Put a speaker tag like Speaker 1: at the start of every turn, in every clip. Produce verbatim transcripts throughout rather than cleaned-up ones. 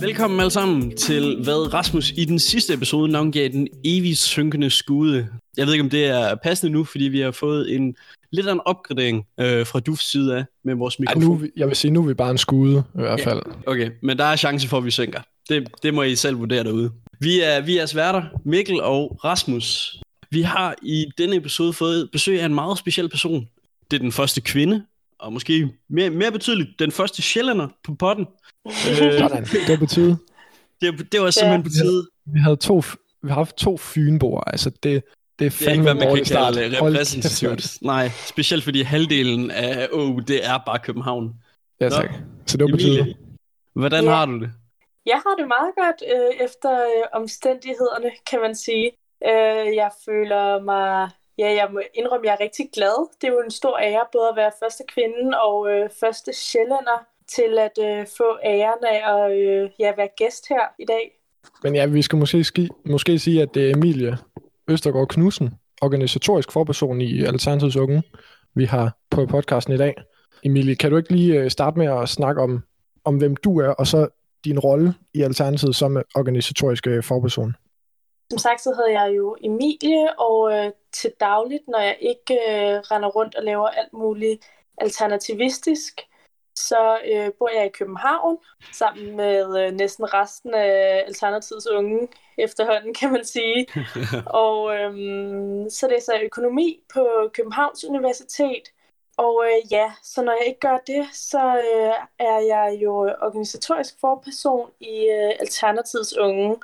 Speaker 1: Velkommen alle sammen til hvad Rasmus i den sidste episode navngav den evigt synkende skude. Jeg ved ikke om det er passende nu, fordi vi har fået en lidt af en opgradering øh, fra D U F's side af med vores mikrofon.
Speaker 2: Ej, nu, jeg vil sige, nu er vi bare en skude i hvert fald.
Speaker 1: Ja, okay, men der er chance for, at vi synker. Det, det må I selv vurdere derude. Vi er, vi er sværter, Mikkel og Rasmus. Vi har i denne episode fået besøg af en meget speciel person. Det er den første kvinde, og måske mere, mere betydeligt, den første sjællænder på podden.
Speaker 2: Sådan, det betyder.
Speaker 1: Det, det var simpelthen på tide.
Speaker 2: Vi havde to, vi har haft to fynboer, altså det, det er fandme
Speaker 1: det er ikke, hvad man kan
Speaker 2: start.
Speaker 1: kalde repræsentativt. Nej, specielt fordi halvdelen af Å, oh, det er bare København.
Speaker 2: Ja, tak. Nå, så det betyder.
Speaker 1: Hvordan ja. har du det?
Speaker 3: Jeg har det meget godt øh, efter øh, omstændighederne, kan man sige. Øh, jeg føler mig, ja, jeg må indrømme, jeg er rigtig glad. Det er jo en stor ære både at være første kvinde og øh, første sjællænder til at øh, få æren af at øh, ja, være gæst her i dag.
Speaker 2: Men ja, vi skal måske, ski, måske sige, at det er Emilie Østergaard Knudsen, organisatorisk forperson i Alternativets Unge, vi har på podcasten i dag. Emilie, kan du ikke lige starte med at snakke om, om hvem du er, og så din rolle i Alternativet som organisatorisk forperson?
Speaker 3: Som sagt, så hedder jeg jo Emilie, og øh, til dagligt, når jeg ikke øh, render rundt og laver alt muligt alternativistisk, så øh, bor jeg i København, sammen med øh, næsten resten af Alternativets Unge efterhånden, kan man sige. og øh, så læser jeg økonomi på Københavns Universitet. Og øh, ja, så når jeg ikke gør det, så øh, er jeg jo organisatorisk forperson i øh, Alternativets Unge.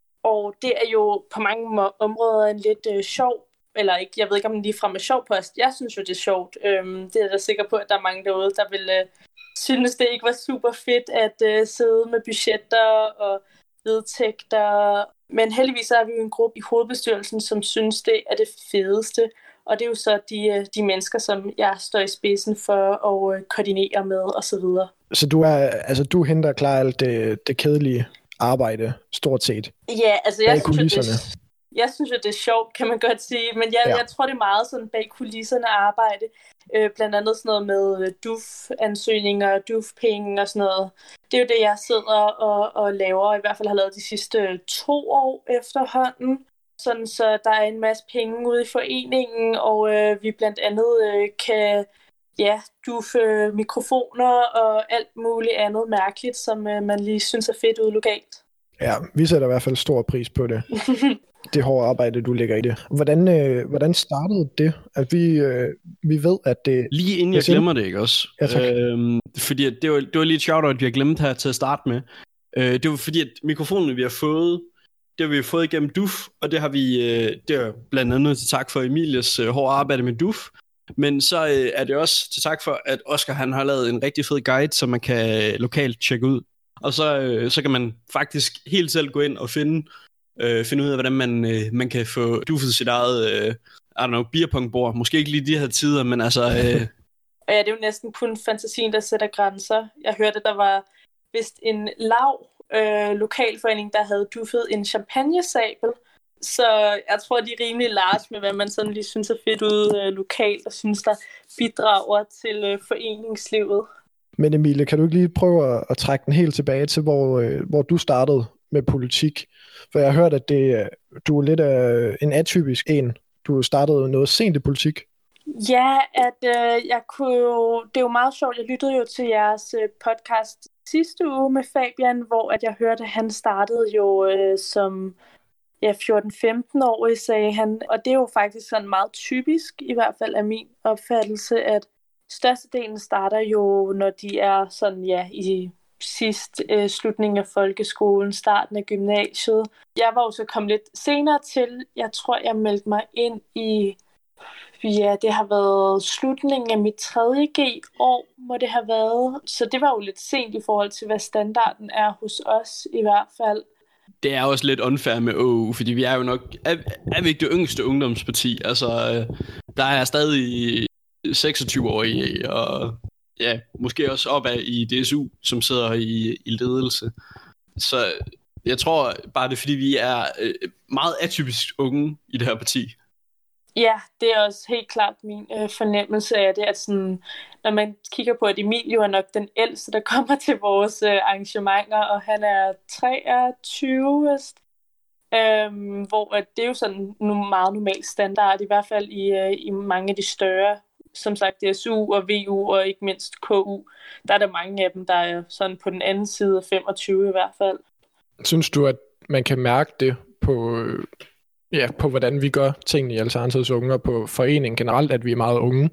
Speaker 3: Og det er jo på mange områder en lidt øh, sjov, eller ikke, jeg ved ikke om den ligefrem er sjov post. Jeg synes jo, det er sjovt. Øhm, det er jeg da sikker på, at der er mange derude, der vil øh, synes, det ikke var super fedt at øh, sidde med budgetter og vedtægter. Men heldigvis er vi jo en gruppe i hovedbestyrelsen, som synes, det er det fedeste. Og det er jo så de, de mennesker, som jeg står i spidsen for at øh, koordinere med osv. Så,
Speaker 2: så du er, altså du henter klar alt det, det kedelige arbejde, stort set?
Speaker 3: Ja, altså jeg synes, det, jeg synes jo, det er sjovt, kan man godt sige. Men jeg, ja. jeg tror, det er meget sådan bag kulisserne arbejde. Øh, blandt andet sådan noget med D U F-ansøgninger, D U F-penge og sådan noget. Det er jo det, jeg sidder og, og laver, og i hvert fald har lavet de sidste to år efterhånden. Sådan, så der er en masse penge ude i foreningen, og øh, vi blandt andet øh, kan ja, duffe mikrofoner og alt muligt andet mærkeligt, som øh, man lige synes er fedt ude lokalt.
Speaker 2: Ja, vi sætter i hvert fald stor pris på det. Det hårde arbejde, du lægger i det. Hvordan, øh, hvordan startede det? At vi, øh, vi ved, at det...
Speaker 1: Lige inden jeg glemmer det, ikke også?
Speaker 2: Ja, tak.
Speaker 1: Øhm, fordi det var, det var lige et shout-out, vi har glemt her til at starte med. Øh, det var fordi, at mikrofonen, vi har fået, det har vi fået igennem D U F, og det har vi øh, det er blandt andet til tak for Emilies øh, hårde arbejde med D U F. Men så øh, er det også til tak for, at Oscar han har lavet en rigtig fed guide, som man kan lokalt tjekke ud. Og så, øh, så kan man faktisk helt selv gå ind og finde, øh, finde ud af, hvordan man, øh, man kan få duffet sit eget øh, I don't know, beerpongbord. Måske ikke lige de her tider, men altså... Øh...
Speaker 3: ja, det er jo næsten kun fantasien, der sætter grænser. Jeg hørte, der var vist en lav øh, lokalforening, der havde duffet en champagnesabel. Så jeg tror, de er rimelig large med, hvad man sådan lige synes er fedt ude øh, lokalt, og synes, der bidrager til øh, foreningslivet.
Speaker 2: Men Emilie, kan du ikke lige prøve at, at trække den helt tilbage til, hvor, øh, hvor du startede med politik? For jeg har hørt, at det, du er lidt af en atypisk en. Du startede noget sent i politik.
Speaker 3: Ja, at øh, jeg kunne jo, det er jo meget sjovt. Jeg lyttede jo til jeres øh, podcast sidste uge med Fabian, hvor at jeg hørte, at han startede jo øh, som... ja, fjorten femten år, sagde han. Og det er jo faktisk sådan meget typisk, i hvert fald af min opfattelse, at størstedelen starter jo, når de er sådan, ja, i sidst øh, slutningen af folkeskolen, starten af gymnasiet. Jeg var jo så kommet lidt senere til. Jeg tror, jeg meldte mig ind i, ja, det har været slutningen af mit tredje G-år, må det have været. Så det var jo lidt sent i forhold til, hvad standarden er hos os i hvert fald.
Speaker 1: Det er også lidt unfair med Å, fordi vi er jo nok, er, er vi ikke det yngste ungdomsparti? Altså, der er stadig seksogtyve-årige, og ja, måske også opad i D S U, som sidder i, i ledelse. Så jeg tror bare, det er, fordi vi er meget atypisk unge i det her parti.
Speaker 3: Ja, det er også helt klart min øh, fornemmelse af det, at sådan, når man kigger på, at Emilio er nok den ældste, der kommer til vores øh, arrangementer, og han er treogtyve, øhm, hvor at det er jo sådan nu meget normal standard, i hvert fald i, øh, i mange af de større, som sagt D S U og V U og ikke mindst K U. Der er der mange af dem, der er sådan på den anden side af femogtyve i hvert fald.
Speaker 2: Synes du, at man kan mærke det på... Øh... Ja, på hvordan vi gør tingene i Alternativets Unge, og på foreningen generelt, at vi er meget unge?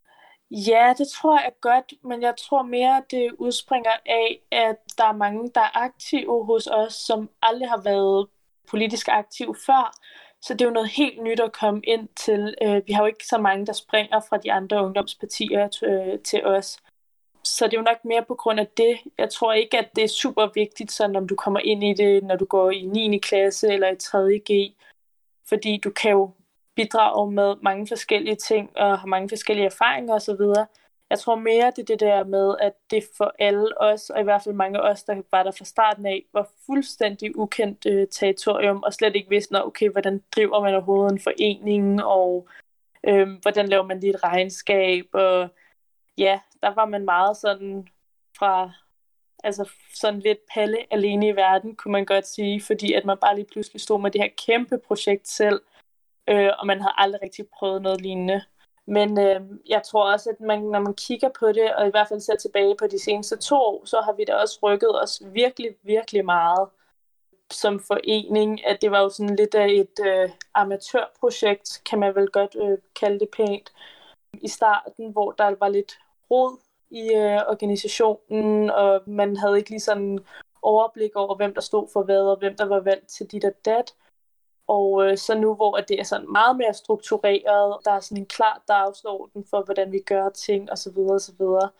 Speaker 3: Ja, det tror jeg godt, men jeg tror mere, at det udspringer af, at der er mange, der er aktive hos os, som aldrig har været politisk aktive før. Så det er jo noget helt nyt at komme ind til. Vi har jo ikke så mange, der springer fra de andre ungdomspartier til os. Så det er jo nok mere på grund af det. Jeg tror ikke, at det er super vigtigt, sådan om du kommer ind i det, når du går i niende klasse eller i tredje G. Fordi du kan jo bidrage med mange forskellige ting og har mange forskellige erfaringer osv. Jeg tror mere, det er det der med, at det for alle os, og i hvert fald mange af os, der var der fra starten af, var fuldstændig ukendt øh, territorium, og slet ikke vidste, okay, hvordan driver man overhovedet en forening, og øh, hvordan laver man lige et regnskab, og ja, der var man meget sådan fra... Altså sådan lidt palle alene i verden, kunne man godt sige, fordi at man bare lige pludselig stod med det her kæmpe projekt selv, øh, og man havde aldrig rigtig prøvet noget lignende. Men øh, jeg tror også, at man, når man kigger på det, og i hvert fald ser tilbage på de seneste to år, så har vi da også rykket os virkelig, virkelig meget som forening. At det var jo sådan lidt af et øh, amatørprojekt, kan man vel godt øh, kalde det pænt, i starten, hvor der var lidt rod i øh, organisationen, og man havde ikke lige sådan overblik over, hvem der stod for hvad, og hvem der var valgt til dit og dat. Og øh, så nu, hvor det er sådan meget mere struktureret, der er sådan en klar dagsorden for, hvordan vi gør ting, og så videre, og så videre.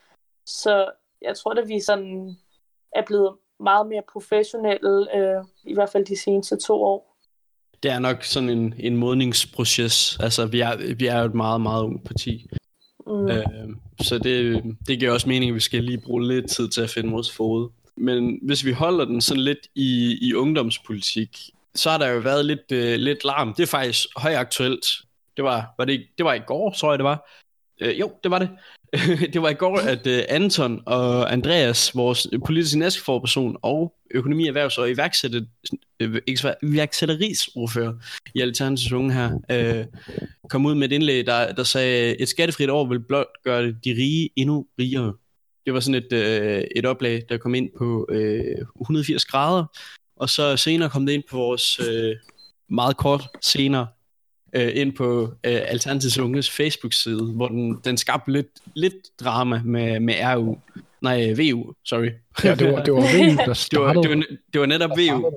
Speaker 3: Så jeg tror, at vi sådan er blevet meget mere professionelle, øh, i hvert fald de seneste to år.
Speaker 1: Det er nok sådan en, en modningsproces. Altså, vi er, vi er jo et meget, meget ungt parti. Mm. Øh, så det, det giver også mening, at vi skal lige bruge lidt tid til at finde vores fod. Men hvis vi holder den sådan lidt i, i ungdomspolitik, så har der jo været lidt, øh, lidt larm. Det er faktisk højaktuelt. Det var, var det, det var i går, tror jeg det var. Øh, jo, det var det. Det var i går, at øh, Anton og Andreas, vores politiske næstforperson og økonomi-, erhvervs- og iværksætter, øh, iværksætterisordfører i Alternativets Unge her, øh, kom ud med et indlæg, der, der sagde, et skattefrit år vil blot gøre de rige endnu rigere. Det var sådan et, øh, et oplag, der kom ind på øh, et hundrede og firs grader, og så senere kom det ind på vores, øh, meget kort senere, øh, ind på øh, Alternativets Unges Facebook-side, hvor den, den skabte lidt, lidt drama med, med R U. Nej, V U, sorry.
Speaker 2: Ja, det var, det var V U, der startede.
Speaker 1: Det var, det var, det var netop V U.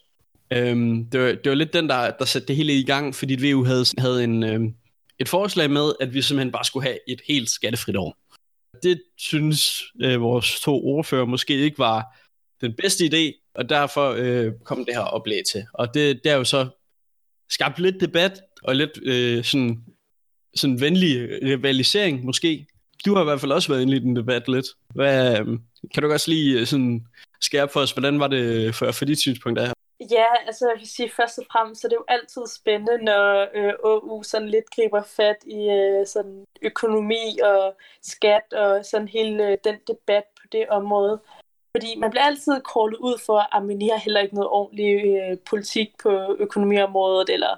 Speaker 1: Øhm, det, var, det var lidt den, der, der satte det hele i gang, fordi V U havde, havde en, øhm, et forslag med, at vi simpelthen bare skulle have et helt skattefrit år. Det synes øh, vores to ordfører måske ikke var den bedste idé, og derfor øh, kom det her oplæg til. Og det, det er jo så skabt lidt debat, og lidt øh, sådan, sådan venlig rivalisering måske. Du har i hvert fald også været inde i den debat lidt. Hvad, øh, kan du også lige sådan skære på os, hvordan var det for, for dit synspunkt af her?
Speaker 3: Ja, altså jeg vil sige først og fremmest, så det er jo altid spændende, når øh, Å U sådan lidt griber fat i øh, sådan økonomi og skat og sådan hele øh, den debat på det område. Fordi man bliver altid kaldet ud for, at man I har heller ikke noget ordentlig øh, politik på økonomiområdet, eller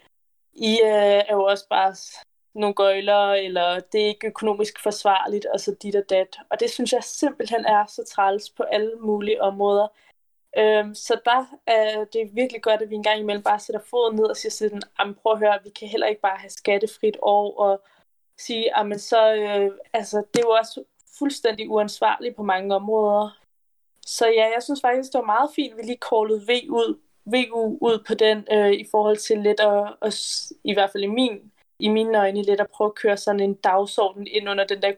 Speaker 3: I øh, er jo også bare nogle gøjler, eller det er ikke økonomisk forsvarligt, og så dit og dat. Og det synes jeg simpelthen er så træls på alle mulige områder. Øhm, så der er det virkelig godt, at vi engang imellem bare sætter foden ned og siger sådan, jamen prøv at høre, vi kan heller ikke bare have skattefrit år, og sige, jamen så, øh, altså det er jo også fuldstændig uansvarligt på mange områder. Så ja, jeg synes faktisk, det var meget fint, at vi lige callede V ud, V U ud på den, øh, i forhold til lidt at, at, i hvert fald i, min, i mine øjne, lidt at prøve at køre sådan en dagsorden ind under den der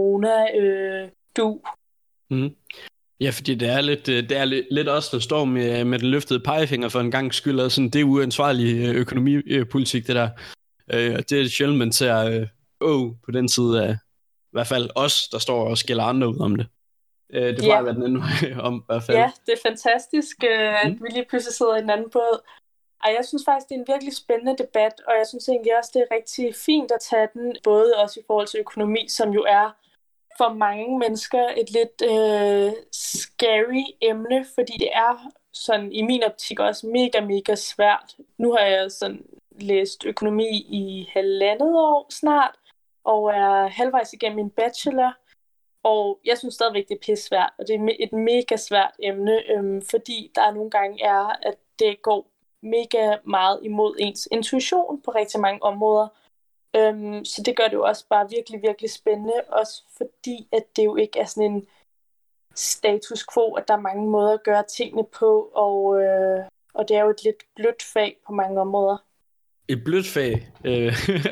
Speaker 3: corona-du. Øh,
Speaker 1: mm. Ja, fordi det er lidt, det er lidt, lidt os, der står med, med den løftede pegefinger for en gang skyld, og sådan, det er uansvarlig økonomipolitik, det der. Øh, det er sjældent, man ser øh, åh, på den side af, i hvert fald os, der står og skælder andre ud om det. Øh, det plejer
Speaker 3: ja.
Speaker 1: at være den anden vej om, i hvert fald.
Speaker 3: Ja, det er fantastisk, øh, at mm. vi lige pludselig sidder i den anden båd. Ej, jeg synes faktisk, det er en virkelig spændende debat, og jeg synes egentlig også, det er rigtig fint at tage den, både også i forhold til økonomi, som jo er for mange mennesker et lidt øh, scary emne, fordi det er sådan i min optik også mega, mega svært. Nu har jeg sådan læst økonomi i halvandet år snart, og er halvvejs igennem min bachelor, og jeg synes stadigvæk, det er pisse svært, og det er et mega svært emne, øhm, fordi der nogle gange er, at det går mega meget imod ens intuition på rigtig mange områder. Øhm, så det gør det jo også bare virkelig, virkelig spændende, også fordi, at det jo ikke er sådan en status quo, at der er mange måder at gøre tingene på, og, øh, og det er jo et lidt blødt fag på mange områder.
Speaker 1: Et blødt fag? Øh,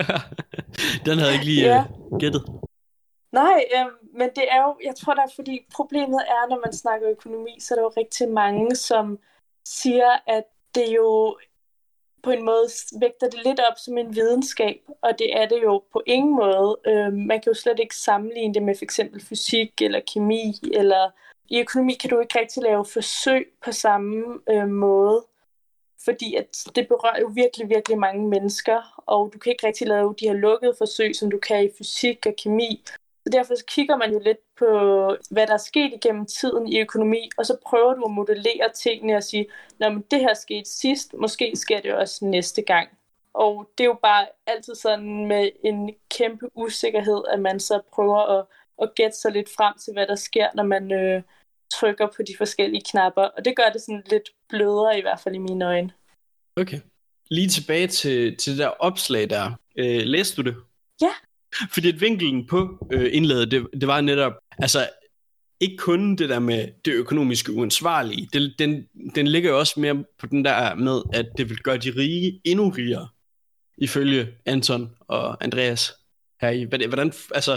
Speaker 1: den havde jeg ikke lige
Speaker 3: ja.
Speaker 1: uh, gættet.
Speaker 3: Nej, øh, men det er jo, jeg tror da, fordi problemet er, når man snakker økonomi, så er der jo rigtig mange, som siger, at det jo på en måde vægter det lidt op som en videnskab, og det er det jo på ingen måde. Øh, man kan jo slet ikke sammenligne det med for eksempel fysik eller kemi, eller i økonomi kan du ikke rigtig lave forsøg på samme øh, måde, fordi at det berører jo virkelig, virkelig mange mennesker, og du kan ikke rigtig lave de her lukkede forsøg, som du kan i fysik og kemi. Så derfor så kigger man jo lidt på, hvad der er sket igennem tiden i økonomi, og så prøver du at modellere tingene og sige, nå, men det her skete sidst, måske sker det også næste gang. Og det er jo bare altid sådan med en kæmpe usikkerhed, at man så prøver at, at gætte sig lidt frem til, hvad der sker, når man øh, trykker på de forskellige knapper. Og det gør det sådan lidt blødere, i hvert fald i mine øjne.
Speaker 1: Okay. Lige tilbage til, til det der opslag der. Øh, læste du det?
Speaker 3: Ja.
Speaker 1: Fordi at vinkelen på øh, indladet, det, det var netop, altså ikke kun det der med det økonomiske uansvarlige, det, den, den ligger jo også mere på den der med, at det vil gøre de rige endnu rigere, ifølge Anton og Andreas her i. Hvordan, altså,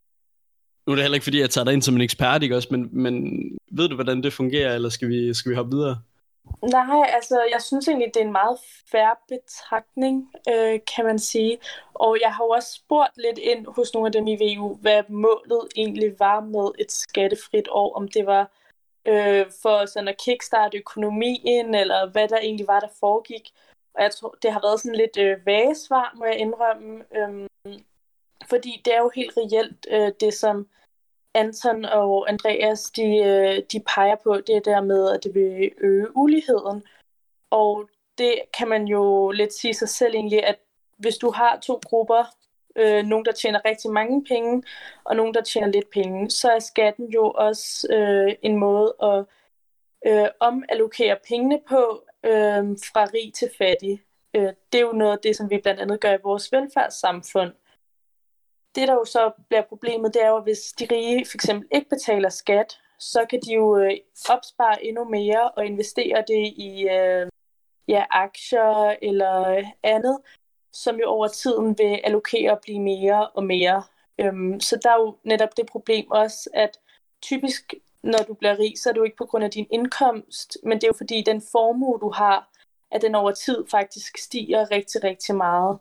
Speaker 1: nu er det heller ikke fordi, jeg tager dig ind som en ekspert, ikke også, men, men ved du, hvordan det fungerer, eller skal vi, skal vi hoppe videre?
Speaker 3: Nej, altså jeg synes egentlig, det er en meget fair betragtning, øh, kan man sige. Og jeg har jo også spurgt lidt ind hos nogle af dem i V U, hvad målet egentlig var med et skattefrit år. Om det var øh, for sådan at kickstarte økonomien, eller hvad der egentlig var, der foregik. Og jeg tror, det har været sådan lidt øh, vage svar, må jeg indrømme. Øh, fordi det er jo helt reelt øh, det, som Anton og Andreas, de, de peger på, det der med, at det vil øge uligheden. Og det kan man jo lidt sige sig selv egentlig, at hvis du har to grupper, øh, nogen der tjener rigtig mange penge, og nogen der tjener lidt penge, så er skatten jo også øh, en måde at øh, omallokere pengene på øh, fra rig til fattig. Øh, det er jo noget af det, som vi blandt andet gør i vores velfærdssamfund. Det, der jo så bliver problemet, det er jo, at hvis de rige for eksempel ikke betaler skat, så kan de jo øh, opspare endnu mere og investere det i øh, ja, aktier eller andet, som jo over tiden vil allokere og blive mere og mere. Øhm, så der er jo netop det problem også, at typisk, når du bliver rig, så er det jo ikke på grund af din indkomst, men det er jo fordi den formue, du har, at den over tid faktisk stiger rigtig, rigtig meget.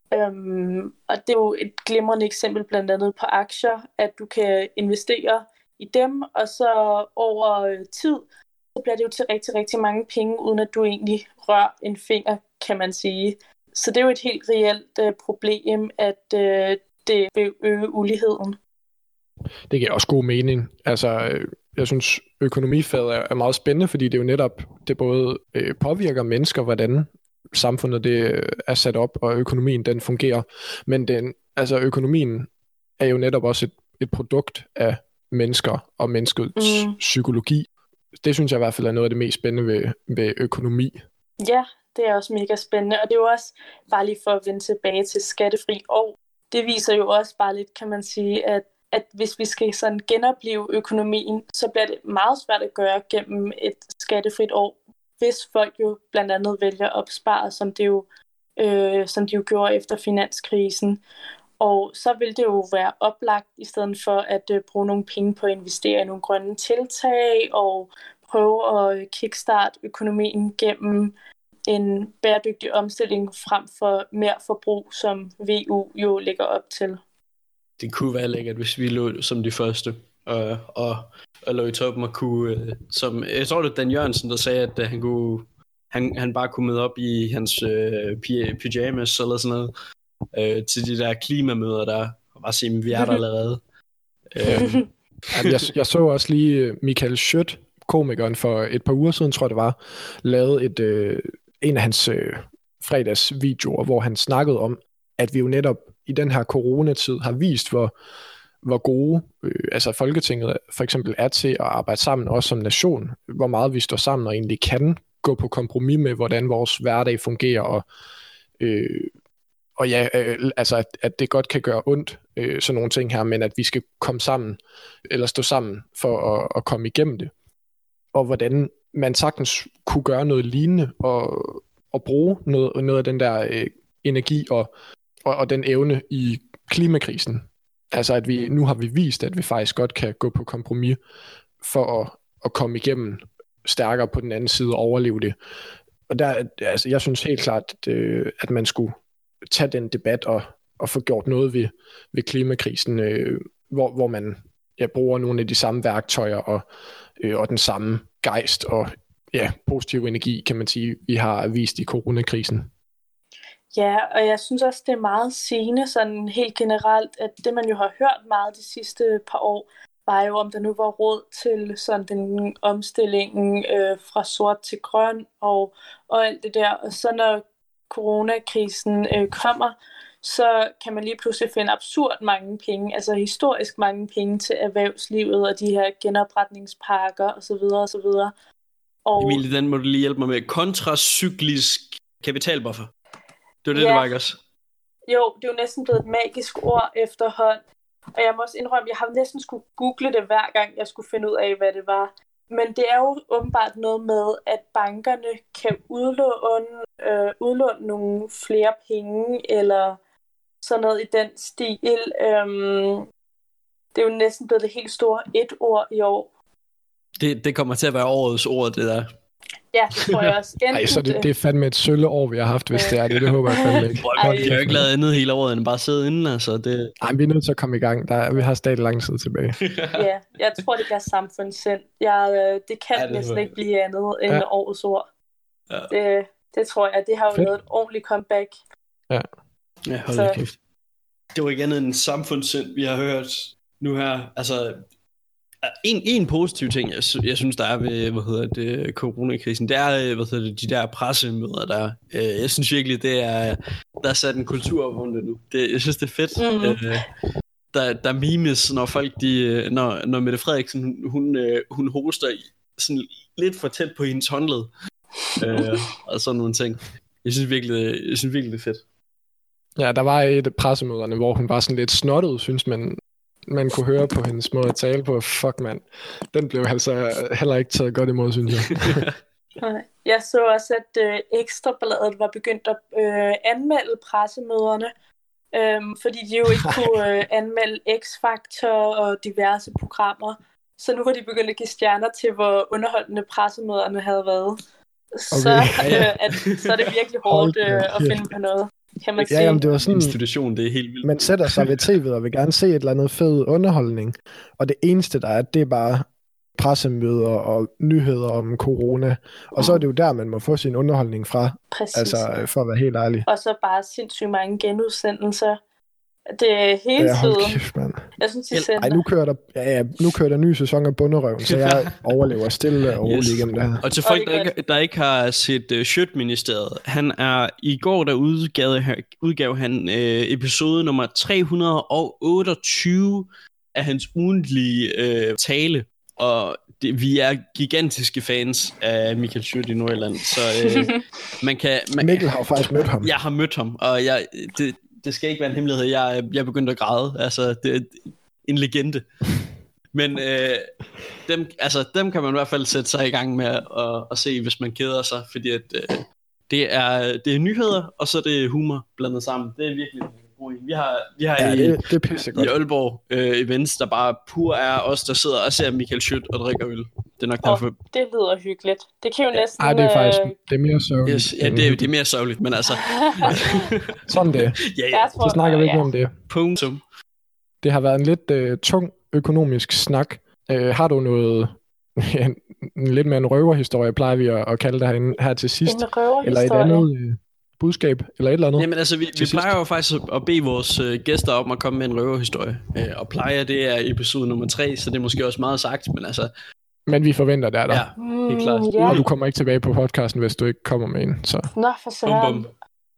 Speaker 3: Um, og det er jo et glimrende eksempel blandt andet på aktier, at du kan investere i dem, og så over tid, så bliver det jo til rigtig, rigtig mange penge, uden at du egentlig rører en finger, kan man sige. Så det er jo et helt reelt uh, problem, at uh, det vil øge uligheden.
Speaker 2: Det giver også god mening. Altså, jeg synes, økonomifaget er meget spændende, fordi det jo netop, det både øh, påvirker mennesker, hvordan samfundet det er sat op, og økonomien den fungerer. Men den, altså økonomien er jo netop også et, et produkt af mennesker og menneskets mm. psykologi. Det synes jeg i hvert fald er noget af det mest spændende ved, ved økonomi.
Speaker 3: Ja, det er også mega spændende. Og det er jo også, bare lige for at vende tilbage til skattefri år, det viser jo også bare lidt, kan man sige, at, at hvis vi skal sådan genopleve økonomien, så bliver det meget svært at gøre gennem et skattefrit år, hvis folk jo blandt andet vælger at opspare, som, det jo, øh, som de jo gjorde efter finanskrisen. Og så vil det jo være oplagt, i stedet for at øh, bruge nogle penge på at investere i nogle grønne tiltag, og prøve at kickstarte økonomien gennem en bæredygtig omstilling frem for mere forbrug, som V U jo lægger op til.
Speaker 1: Det kunne være lækkert, hvis vi lå som de første. Og, og, og lå i toppen og kunne, som, jeg tror det var Dan Jørgensen, der sagde, at han kunne, han, han bare kunne møde op i hans øh, pyjamas eller sådan noget, øh, til de der klimamøder der, og bare sige, vi er der allerede. øhm.
Speaker 2: jeg, jeg så også lige Michael Schødt, komikeren, for et par uger siden, tror jeg det var, lavede et, øh, en af hans øh, fredagsvideoer, hvor han snakkede om, at vi jo netop i den her coronatid har vist, hvor, hvor gode øh, altså Folketinget for eksempel er til at arbejde sammen, også som nation, hvor meget vi står sammen og egentlig kan gå på kompromis med, hvordan vores hverdag fungerer, og, øh, og ja, øh, altså at, at det godt kan gøre ondt, øh, sådan nogle ting her, men at vi skal komme sammen, eller stå sammen for at, at komme igennem det. Og hvordan man sagtens kunne gøre noget lignende, og, og bruge noget, noget af den der øh, energi og, og, og den evne i klimakrisen. Altså at vi, nu har vi vist, at vi faktisk godt kan gå på kompromis for at, at komme igennem stærkere på den anden side og overleve det. Og der, altså jeg synes helt klart, at, øh, at man skulle tage den debat og, og få gjort noget ved, ved klimakrisen, øh, hvor, hvor man ja, bruger nogle af de samme værktøjer og, øh, og den samme gejst og ja, positiv energi, kan man sige, vi har vist i coronakrisen.
Speaker 3: Ja, og jeg synes også, det er meget sigende sådan helt generelt, at det man jo har hørt meget de sidste par år, var jo, om der nu var råd til sådan den omstillingen øh, fra sort til grøn og, og alt det der. Og så når coronakrisen øh, kommer, så kan man lige pludselig finde absurd mange penge, altså historisk mange penge til erhvervslivet og de her genopretningspakker osv. osv. Og
Speaker 1: Emilie, den må du lige hjælpe mig med. Kontracyklisk kapitalbuffer. Det var det,
Speaker 3: ja,
Speaker 1: det var ikke også?
Speaker 3: Jo, det er jo næsten blevet et magisk ord efterhånden. Og jeg må også indrømme, jeg har næsten skulle google det hver gang, jeg skulle finde ud af, hvad det var. Men det er jo åbenbart noget med, at bankerne kan udlåne, øh, udlåne nogle flere penge, eller sådan noget i den stil. Øhm, det er jo næsten blevet det helt store et ord i år.
Speaker 1: Det, det kommer til at være årets ord, det der.
Speaker 3: Ja, det tror jeg også.
Speaker 2: Ej, så det, det er fandme et sølle år, vi har haft, hvis det er det. Det håber jeg fandme ikke.
Speaker 1: Ej, vi har jo ikke lavet andet hele året, end bare sidde inde, altså. Det...
Speaker 2: Ej, vi er nødt til at komme i gang. Der, vi har stadig lang tid tilbage.
Speaker 3: Ja, jeg tror, det bliver samfundssind. Jeg, det kan ja, det næsten ikke blive andet end ja. årets ord. Ja. Det, det tror jeg. Det har jo lavet et ordentligt comeback.
Speaker 2: Ja.
Speaker 1: Ja, hold da kæft. Det var ikke andet end samfundssind, vi har hørt nu her. Altså... En, en positiv ting, jeg, jeg synes, der er ved, hvad hedder det, coronakrisen, det er, hvad hedder det, de der pressemøder, der jeg synes virkelig, det er, der er sat en kultur rundt det nu. Det, jeg synes, det er fedt. Mm-hmm. Øh, der, der memes, når folk, de, når, når Mette Frederiksen, hun, hun hoster sådan lidt for tæt på hendes håndled, øh, og sådan nogle ting. Jeg synes virkelig, jeg synes virkelig, det er fedt.
Speaker 2: Ja, der var et af pressemøderne, hvor hun var sådan lidt snottet, synes man, man kunne høre på hendes måde at tale på. Fuck, mand. Den blev altså heller ikke taget godt imod, synes jeg.
Speaker 3: Jeg så også, at øh, Ekstrabladet var begyndt at øh, anmelde pressemøderne, øh, fordi de jo ikke kunne øh, anmelde X-Factor og diverse programmer. Så nu var de begyndt at give stjerner til, hvor underholdende pressemøderne havde været. Okay. Så, øh, at, så er det virkelig hårdt øh, at finde på noget. Kan man
Speaker 2: ja, jamen, det var sådan,
Speaker 1: institution, det er helt vildt.
Speaker 2: Man sætter sig ved tv'et og vil gerne se et eller andet fed underholdning, og det eneste der er, det er bare pressemøder og nyheder om corona, og mm. så er det jo der, man må få sin underholdning fra.
Speaker 3: Præcis.
Speaker 2: Altså, for at være helt ærlig.
Speaker 3: Og så bare sindssygt mange genudsendelser. Det er hele
Speaker 2: ja,
Speaker 3: tiden.
Speaker 2: Kæft, mand.
Speaker 3: Jeg synes, de sender.
Speaker 2: Ej, nu kører der, ja, ja, nu kører der ny sæson af Bunderøven, så jeg overlever stille og roligt yes. igennem det her.
Speaker 1: Og til folk, der ikke, der ikke har set uh, Schødt-ministeriet, han er i går, der udgav, udgav han uh, episode nummer tre hundrede otteogtyve af hans ugentlige uh, tale, og det, vi er gigantiske fans af Michael Schødt i Nordjylland, så uh, man kan... Man,
Speaker 2: Mikkel har jo faktisk mødt ham.
Speaker 1: Jeg har mødt ham, og jeg... Det, det skal ikke være en hemmelighed. Jeg, jeg begyndte at græde. Altså, det er en legende. Men øh, dem, altså, dem kan man i hvert fald sætte sig i gang med at, at se, hvis man keder sig. Fordi at, øh, det, er, det er nyheder, og så er det humor blandet sammen. Det er virkelig god. Vi har, vi har
Speaker 2: ja,
Speaker 1: i,
Speaker 2: det, det er pissegodt.
Speaker 1: i Aalborg øh, events, der bare pur er os, der sidder og ser Michael Schødt og drikker øl. Det er nok derfor.
Speaker 3: Oh, det lyder hyggeligt. Det kan jo næsten...
Speaker 2: Ej, det er faktisk det er mere sørgeligt.
Speaker 1: Yes, ja, det er, det er mere sørgeligt, men altså...
Speaker 2: Sådan det.
Speaker 1: Ja, ja.
Speaker 2: Så snakker vi ikke ja. om det.
Speaker 1: Punktum.
Speaker 2: Det har været en lidt uh, tung økonomisk snak. Uh, har du noget, en lidt mere en røverhistorie, plejer vi at, at kalde det herinde, her til sidst.
Speaker 3: En røverhistorie.
Speaker 2: Eller et andet øh, budskab, eller et eller andet.
Speaker 1: Jamen altså, vi, vi plejer jo faktisk at bede vores øh, gæster om at komme med en røverhistorie. Øh, og plejer, det er episode nummer tre, så det er måske også meget sagt, men altså...
Speaker 2: Men vi forventer det er der.
Speaker 1: Ja, helt klart.
Speaker 3: Mm, ja.
Speaker 2: Og du kommer ikke tilbage på podcasten, hvis du ikke kommer med en. Så.
Speaker 3: Nå, for søren.
Speaker 1: Bum, bum.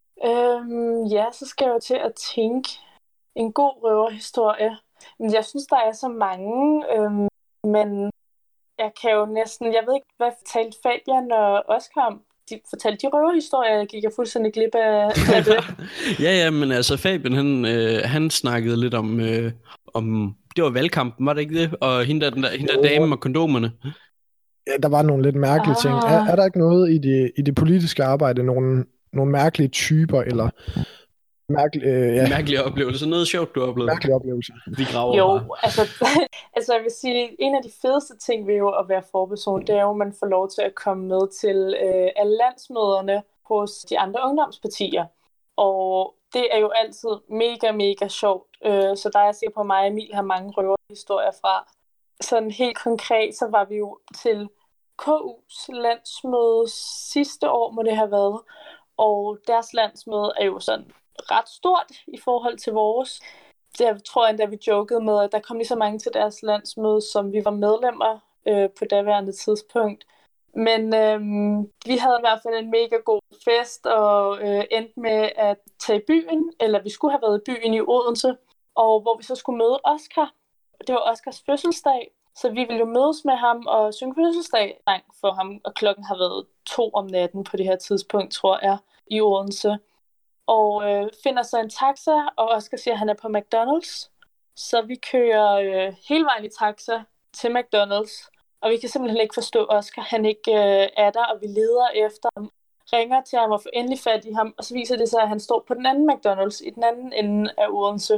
Speaker 3: Øhm, ja, så skal jeg jo til at tænke en god røverhistorie. Men jeg synes, der er så mange, øhm, men jeg kan jo næsten... Jeg ved ikke, hvad fortalte Fabian og Oscar om? De fortalte de røverhistorier, jeg gik jeg fuldstændig glip af, af det.
Speaker 1: ja, ja, men altså Fabian, han, øh, han snakkede lidt om, øh, om... Det var valgkampen, var det ikke det? Og hende der, den der, hende der dame og kondomerne.
Speaker 2: Ja, der var nogle lidt mærkelige ah. ting. Er, er der ikke noget i det, i det politiske arbejde, nogle, nogle mærkelige typer, eller mærkelige... Øh, ja.
Speaker 1: Mærkelige oplevelser. Noget sjovt, du har oplevet.
Speaker 2: Mærkelige oplevelser.
Speaker 1: Vi graver
Speaker 3: Jo,
Speaker 1: bare.
Speaker 3: altså, altså jeg vil sige, en af de fedeste ting ved jo at være forperson, det er jo, at man får lov til at komme med til øh, alle landsmøderne hos de andre ungdomspartier. Og det er jo altid mega, mega sjovt. Øh, så der er jeg sikker på, at mig og Emil har mange røverhistorier fra. Sådan helt konkret, så var vi jo til K U's landsmøde sidste år, må det have været. Og deres landsmøde er jo sådan ret stort i forhold til vores. Jeg tror endda, vi jokede med, at der kom lige så mange til deres landsmøde, som vi var medlemmer øh, på daværende tidspunkt. Men øh, vi havde i hvert fald en mega god fest, og øh, endte med at tage i byen, eller vi skulle have været i byen i Odense, og hvor vi så skulle møde Oscar. Det var Oscars fødselsdag, så vi ville jo mødes med ham og synge fødselsdag for ham, og klokken har været to om natten på det her tidspunkt, tror jeg, i Odense. Og øh, finder så en taxa, og Oscar siger, at han er på McDonald's. Så vi kører øh, hele vejen i taxa til McDonald's, og vi kan simpelthen ikke forstå Oscar, han ikke øh, er der, og vi leder efter ham, ringer til ham og får endelig fat i ham, og så viser det sig, at han står på den anden McDonald's, i den anden ende af Odense.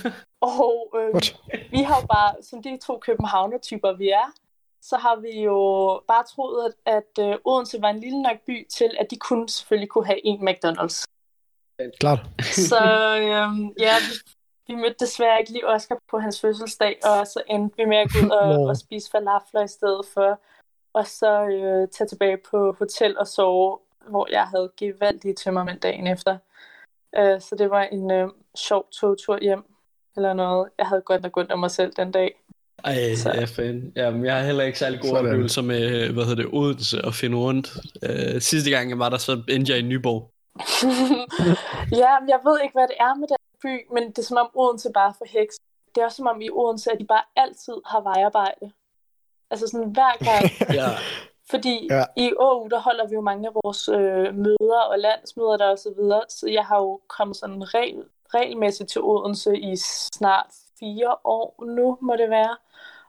Speaker 3: og øh, vi har jo bare, som de to københavner-typer vi er, så har vi jo bare troet, at, at øh, Odense var en lille nok by til, at de kunne selvfølgelig kunne have en McDonald's.
Speaker 2: Klart.
Speaker 3: Så øhm, ja, vi, vi mødte desværre ikke lige Oscar på hans fødselsdag, og så endte vi med at gå ud og, og spise falafler i stedet for, og så øh, tage tilbage på hotel og sove, hvor jeg havde gevaldige tømmermænd dagen efter. Øh, så det var en øh, sjov togtur hjem, eller noget. Jeg havde godt nok ondt af mig selv den dag.
Speaker 1: Ej, så. Jeg er fan. Jamen, jeg har heller ikke særlig gode oplevelser med, hvad hedder det, Odense og finde rundt. Øh, sidste gang jeg var der, så endte jeg i Nyborg.
Speaker 3: Ja, jeg ved ikke, hvad det er med den by, men det er som om Odense bare for heks. Det er også som om i Odense, at de bare altid har vejarbejde. Altså sådan hver gang.
Speaker 1: Ja.
Speaker 3: Fordi
Speaker 2: ja.
Speaker 3: i Å U, der holder vi jo mange af vores øh, møder og landsmøder der og så videre. Så jeg har jo kommet sådan regel, regelmæssigt til Odense i snart fire år nu, må det være.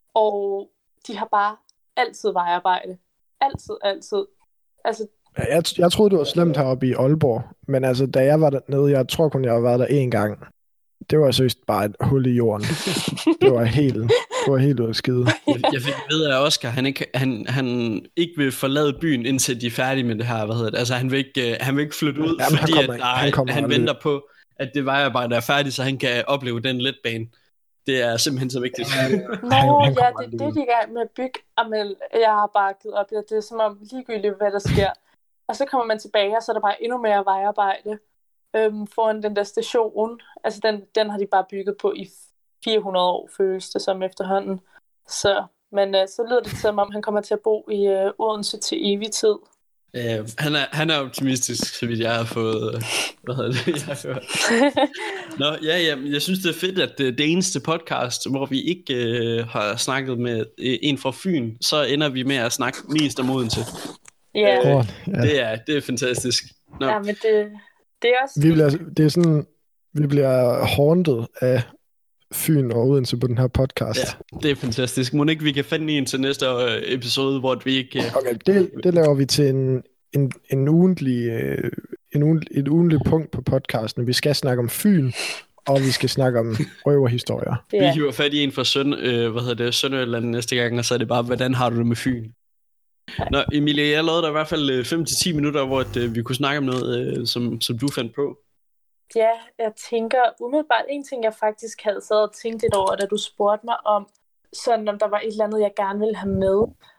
Speaker 3: Og de har bare altid vejarbejde. Altid, altid. Altså,
Speaker 2: Jeg, jeg troede, det var slemt heroppe i Aalborg, men altså, da jeg var dernede, jeg tror kun, jeg har været der én gang. Det var seriøst bare et hul i jorden. Det var helt, det var helt ud af skide.
Speaker 1: Jeg fik ved af Oscar, han ikke, han, han ikke vil forlade byen, indtil de er færdige med det her, hvad hedder det? Altså, han vil ikke, han vil ikke flytte ud,
Speaker 2: Jamen,
Speaker 1: fordi
Speaker 2: kommer,
Speaker 1: at, nej,
Speaker 2: han,
Speaker 1: han venter på, at det vejarbejde er færdigt, så han kan opleve den letbane. Det er simpelthen så vigtigt.
Speaker 3: Nå, han, han ja, det er det, de er i gang med at bygge. Amel, jeg har bare givet op. Det er som om ligegyldigt, hvad der sker. Og så kommer man tilbage, og så er der bare endnu mere vejarbejde øhm, foran den der station. Altså, den, den har de bare bygget på i fire hundrede år, føles det som efterhånden. Så, men øh, så lyder det som om, han kommer til at bo i øh, Odense til evig tid.
Speaker 1: Uh, han, er, han er optimistisk, så vidt jeg har fået, uh, hvad hedder det, jeg har hørt. Nå, ja, ja, jeg synes det er fedt, at det, det eneste podcast, hvor vi ikke uh, har snakket med uh, en fra Fyn, så ender vi med at snakke mest om Odense.
Speaker 3: Yeah.
Speaker 1: Uh,
Speaker 2: oh, ja,
Speaker 1: det er det er fantastisk. Nå.
Speaker 3: Ja, men det, det er også...
Speaker 2: Vi bliver, det er sådan, vi bliver haunted af Fyn og Odense på den her podcast.
Speaker 1: Ja, det er fantastisk. Må ikke vi kan finde en til næste episode, hvor vi ikke... Uh...
Speaker 2: Okay, det, det laver vi til en, en, en ugentlig, uh, en ugentlig, et ugentligt punkt på podcasten. Vi skal snakke om Fyn, og vi skal snakke om røverhistorier.
Speaker 3: Ja.
Speaker 1: Vi hiver fat i en fra Søn, øh, hvad hedder det, Sønderjylland næste gang, og så er det bare, hvordan har du det med Fyn? Nå, Emilie, jeg lavede der i hvert fald fem til ti minutter, hvor at, øh, vi kunne snakke om noget, øh, som, som du fandt på.
Speaker 3: Ja, jeg tænker umiddelbart, en ting jeg faktisk havde sad og tænkt lidt over, da du spurgte mig om, sådan om der var et eller andet, jeg gerne ville have med.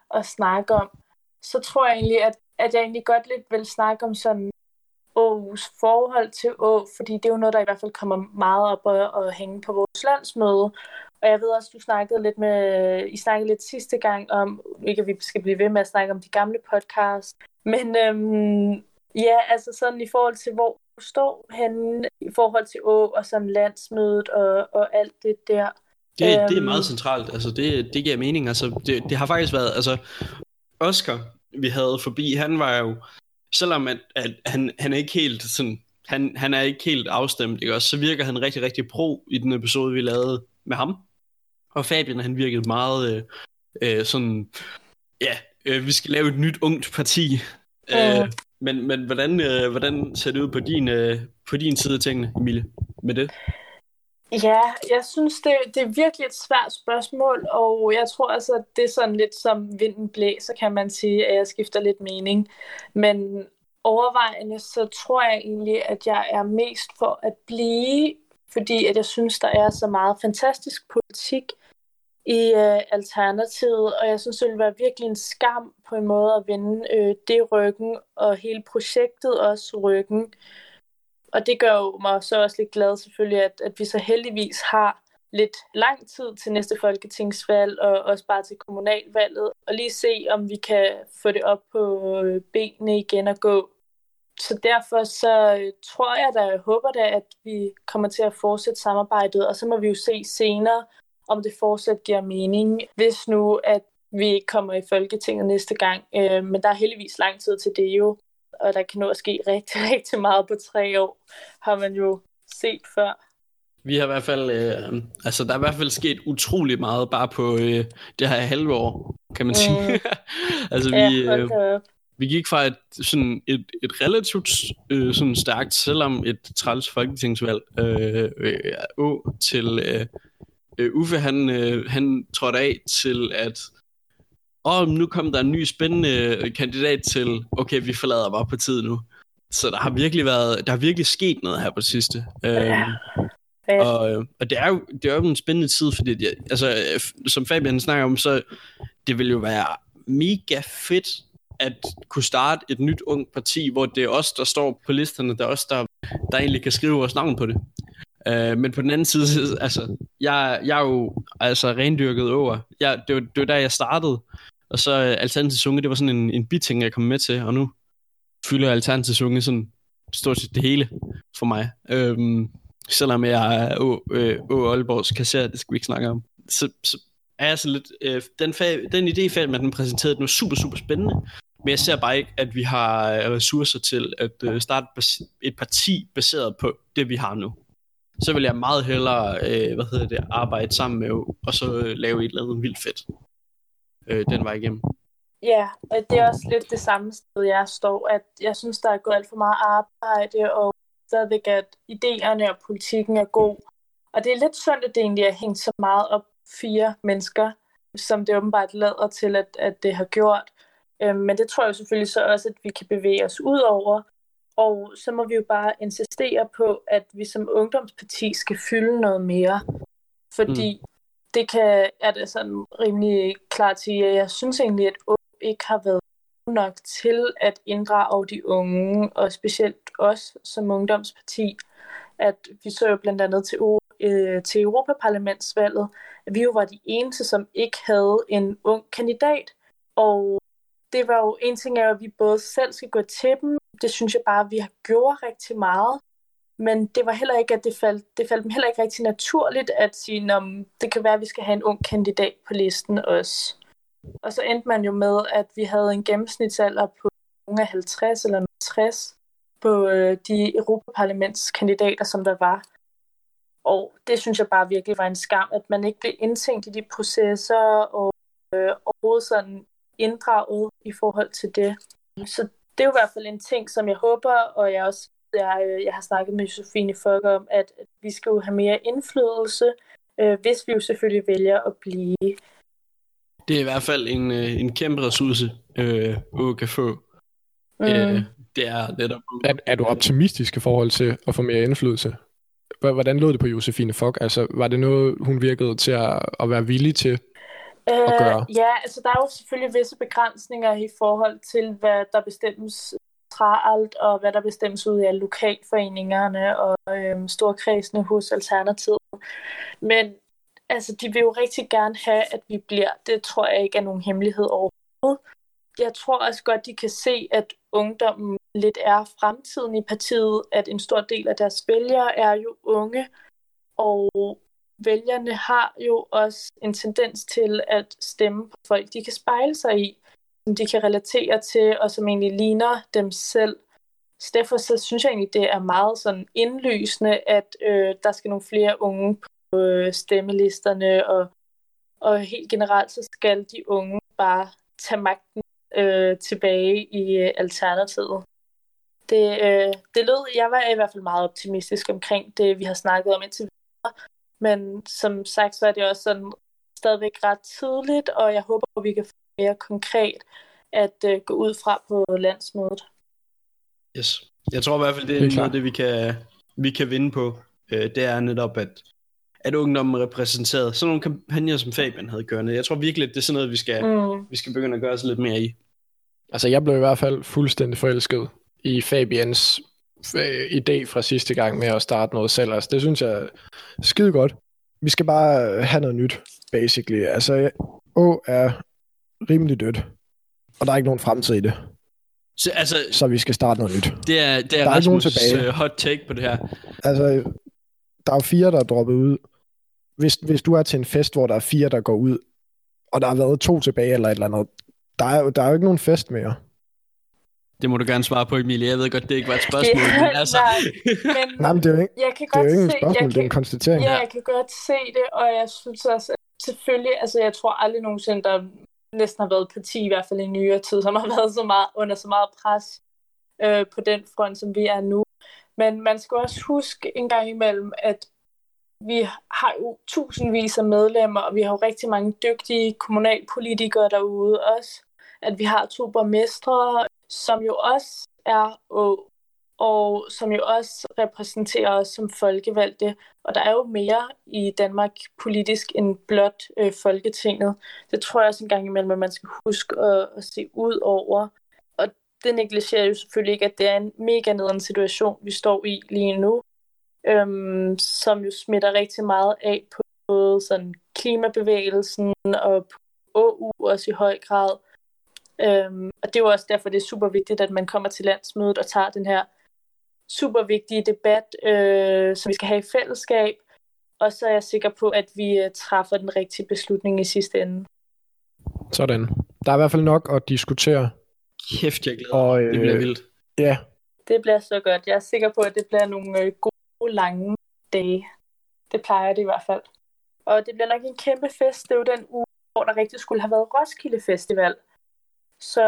Speaker 3: at snakke om, så tror jeg egentlig, at, at jeg egentlig godt lidt vil snakke om sådan Aarhus forhold til Å, fordi det er jo noget, der i hvert fald kommer meget op og, og hænge på vores landsmøde. Og jeg ved også, du snakkede lidt med, I snakkede lidt sidste gang om, ikke at vi skal blive ved med at snakke om de gamle podcast, men øhm, ja, altså sådan i forhold til, hvor du står henne, i forhold til Å og sådan landsmødet og, og alt det der.
Speaker 1: Det, det er
Speaker 3: øhm,
Speaker 1: meget centralt, altså det, det giver mening, altså det, det har faktisk været, altså Oscar, vi havde forbi, han var jo, selvom at, at han, han er ikke helt sådan, han, han er ikke helt afstemt, ikke også, så virker han rigtig, rigtig pro i den episode, vi lavede med ham. Og Fabian, han virkede meget øh, øh, sådan, ja, øh, vi skal lave et nyt ungt parti. Øh,
Speaker 3: Mm.
Speaker 1: men men hvordan, øh, hvordan ser det ud på din, øh, på din side af tingene, Emilie, med det?
Speaker 3: Ja, jeg synes, det, det er virkelig et svært spørgsmål, og jeg tror altså, at det er sådan lidt som vinden blæser, kan man sige, at jeg skifter lidt mening. Men overvejende, så tror jeg egentlig, at jeg er mest for at blive, fordi at jeg synes, der er så meget fantastisk politik i øh, Alternativet, og jeg synes, det ville være virkelig en skam på en måde at vende øh, det ryggen, og hele projektet også ryggen. Og det gør jo mig så også lidt glad selvfølgelig, at, at vi så heldigvis har lidt lang tid til næste folketingsvalg, og også bare til kommunalvalget, og lige se, om vi kan få det op på øh, benene igen og gå. Så derfor så øh, tror jeg da, jeg håber da, at vi kommer til at fortsætte samarbejdet, og så må vi jo se senere, om det fortsat giver mening, hvis nu, at vi ikke kommer i Folketinget næste gang. Øh, men der er heldigvis lang tid til det jo, og der kan nå at ske rigtig, rigtig meget på tre år, har man jo set før.
Speaker 1: Vi har i hvert fald, øh, altså der er i hvert fald sket utrolig meget bare på øh, det her halve år, kan man sige. Mm. altså
Speaker 3: ja,
Speaker 1: vi, øh, vi gik fra et, sådan et, et relativt øh, sådan stærkt, selvom et træls folketingsvalg, øh, øh, å, til øh, øh, Uffe, han, øh, han trådte af til at og nu kom der en ny spændende kandidat til, okay, vi forlader bare partiet nu. Så der har virkelig været, der har virkelig sket noget her på det sidste.
Speaker 3: Ja.
Speaker 1: Øhm, ja. Og, og det er jo det er jo en spændende tid, fordi det, altså, som Fabian snakker om, så det vil jo være mega fedt at kunne starte et nyt ungt parti, hvor det er os, der står på listerne, der er os, der, der egentlig kan skrive vores navn på det. Uh, men på den anden side, altså, jeg, jeg er jo altså rendyrket over. Jeg, det, var, det var der, jeg startede. Og så uh, Alternativets Unge, det var sådan en, en biting, jeg kom med til. Og nu fylder Alternativets Unge sådan stort set det hele for mig. Um, selvom jeg er Å, øh, Å Aalborgs kasserer, det skal vi ikke snakke om. Så, så er jeg så lidt... Øh, den, fa- den idé, Fabian, at den præsenterede, den var super, super spændende. Men jeg ser bare ikke, at vi har ressourcer til at øh, starte et parti baseret på det, vi har nu. Så vil jeg meget hellere øh, hvad hedder det, arbejde sammen med og så øh, lave et eller andet vildt fedt øh, den vej igennem.
Speaker 3: Ja, og det er også lidt det samme sted, jeg står, at jeg synes, der er gået alt for meget arbejde, og stadigvæk, at idéerne og politikken er god. Og det er lidt synd, at det egentlig er hængt så meget op fire mennesker, som det åbenbart lader til, at, at det har gjort. Øhm, men det tror jeg selvfølgelig så også, at vi kan bevæge os ud over. Og så må vi jo bare insistere på, at vi som ungdomsparti skal fylde noget mere. Fordi mm. det kan, er det sådan rimelig klart at sige, at jeg synes egentlig, at Å ikke har været nok til at inddrage de unge, og specielt os som ungdomsparti. At vi så jo blandt andet til, øh, til Europaparlamentsvalget, at vi jo var de eneste, som ikke havde en ung kandidat. Og det var jo en ting af, at vi både selv skal gå til dem. Det synes jeg bare, at vi har gjort rigtig meget. Men det var heller ikke, at det faldt, det faldt dem heller ikke rigtig naturligt at sige, at det kan være, at vi skal have en ung kandidat på listen også. Og så endte man jo med, at vi havde en gennemsnitsalder på nogle af halvtreds eller tres på øh, de Europaparlamentskandidater, som der var. Og det synes jeg bare virkelig var en skam, at man ikke blev indtænkt i de processer og øh, overhovedet sådan inddraget i forhold til det. Så det er jo i hvert fald en ting, som jeg håber, og jeg også jeg, jeg har snakket med Josefine Fock om, at, at vi skal jo have mere indflydelse, øh, hvis vi jo selvfølgelig vælger at blive.
Speaker 1: Det er i hvert fald en, en kæmpe ressource, øh, Å kan få. Mm. Øh, det er netop...
Speaker 2: Er, er du optimistisk i forhold til at få mere indflydelse? Hvordan lød det på Josefine Fock? Altså, var det noget, hun virkede til at, at være villig til? at gøre?
Speaker 3: Øh, ja, altså der er jo selvfølgelig visse begrænsninger i forhold til, hvad der bestemmes centralt, og hvad der bestemmes ud af lokalforeningerne og øhm, storkredsene hos Alternativet. Men altså, de vil jo rigtig gerne have, at vi bliver. Det tror jeg ikke er nogen hemmelighed overhovedet. Jeg tror også godt, de kan se, at ungdommen lidt er fremtiden i partiet, at en stor del af deres vælgere er jo unge, og vælgerne har jo også en tendens til at stemme på folk, de kan spejle sig i, som de kan relatere til, og som egentlig ligner dem selv. Så derfor så synes jeg egentlig, det er meget sådan indlysende, at øh, der skal nogle flere unge på øh, stemmelisterne, og, og helt generelt så skal de unge bare tage magten øh, tilbage i øh, Alternativet. Det, øh, det lød, jeg var i hvert fald meget optimistisk omkring det, vi har snakket om indtil videre. Men som sagt, så er det også sådan stadigvæk ret tidligt, og jeg håber, at vi kan få mere konkret at øh, gå ud fra på landsmødet.
Speaker 1: Yes. Jeg tror i hvert fald, det er, det er noget af det, vi kan, vi kan vinde på. Øh, det er netop, at, at ungdommen er repræsenteret. Sådan nogle kampagner, som Fabian havde kørende. Jeg tror virkelig, at det er sådan noget, vi skal, mm. vi skal begynde at gøre os lidt mere i.
Speaker 2: Altså, jeg blev i hvert fald fuldstændig forelsket i Fabians øh, idé fra sidste gang med at starte noget selv. Altså, det synes jeg er skide godt. Vi skal bare have noget nyt, basically. Altså, Å er rimelig dødt, og der er ikke nogen fremtid i det.
Speaker 1: Så, altså,
Speaker 2: så vi skal starte noget nyt.
Speaker 1: Det er, det er, er Rasmus' hot take på det her.
Speaker 2: Altså, der er jo fire, der er droppet ud. Hvis, hvis du er til en fest, hvor der er fire, der går ud, og der har været to tilbage eller et eller andet, der er jo, der er jo ikke nogen fest mere.
Speaker 1: Det må du gerne svare på, Emilie. Jeg ved godt, det ikke var et spørgsmål.
Speaker 3: Det,
Speaker 1: men altså.
Speaker 3: nej, men
Speaker 2: nej, men det er jo ikke,
Speaker 3: jeg kan
Speaker 2: det er
Speaker 3: godt
Speaker 2: jo ikke en
Speaker 3: se,
Speaker 2: spørgsmål,
Speaker 3: kan,
Speaker 2: det er en konstatering.
Speaker 3: Ja, jeg kan godt se det, og jeg synes også, at selvfølgelig, altså jeg tror aldrig nogensinde, der næsten har været et parti, i hvert fald i nyere tid, som har været så meget, under så meget pres øh, på den front, som vi er nu. Men man skal også huske en gang imellem, at vi har jo tusindvis af medlemmer, og vi har jo rigtig mange dygtige kommunalpolitikere derude også. At vi har to borgmestre, som jo også er Å, og som jo også repræsenterer os som folkevalgte. Og der er jo mere i Danmark politisk end blot øh, Folketinget. Det tror jeg også en gang imellem, at man skal huske at, at se ud over. Og det negligerer jo selvfølgelig ikke, at det er en mega nederen situation, vi står i lige nu, øhm, som jo smitter rigtig meget af på både sådan klimabevægelsen og på Å U også i høj grad. Øhm, og det er jo også derfor, det er super vigtigt, at man kommer til landsmødet og tager den her super vigtige debat, øh, som vi skal have i fællesskab. Og så er jeg sikker på, at vi øh, træffer den rigtige beslutning i sidste ende.
Speaker 2: Sådan. Der er i hvert fald nok at diskutere.
Speaker 1: Kæft, jeg glæder
Speaker 2: og, øh,
Speaker 1: det bliver vildt.
Speaker 2: Ja.
Speaker 3: Det bliver så godt. Jeg er sikker på, at det bliver nogle øh, gode, lange dage. Det plejer det i hvert fald. Og det bliver nok en kæmpe fest. Det er jo den uge, hvor der rigtig skulle have været Roskilde Festival. Så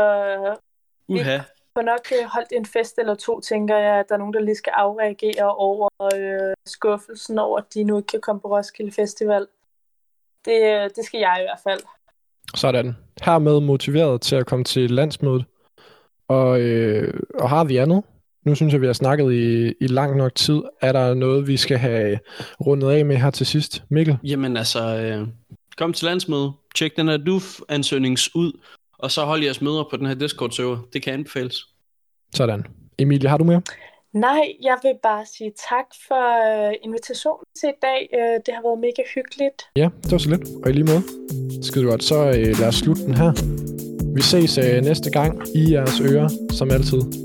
Speaker 1: Uha.
Speaker 3: vi får nok holdt en fest eller to, tænker jeg, at der er nogen, der lige skal afreagere over øh, skuffelsen over, at de nu ikke kan komme på Roskilde Festival. Det, det skal jeg i hvert fald.
Speaker 2: Sådan. Hermed motiveret til at komme til landsmødet. Og, øh, og har vi andet? Nu synes jeg, vi har snakket i, i lang nok tid. Er der noget, vi skal have rundet af med her til sidst? Mikkel?
Speaker 1: Jamen altså, øh, kom til landsmødet. Tjek den her D U F-ansøgnings ud. Og så hold jeres møder på den her Discord-server. Det kan anbefales. Sådan.
Speaker 2: Emilie, har du mere?
Speaker 3: Nej, jeg vil bare sige tak for invitationen til i dag. Det har været mega hyggeligt.
Speaker 2: Ja, det var så lidt. Og i lige måde. Skide godt. Så øh, lad os slutte den her. Vi ses øh, næste gang i jeres ører, som altid.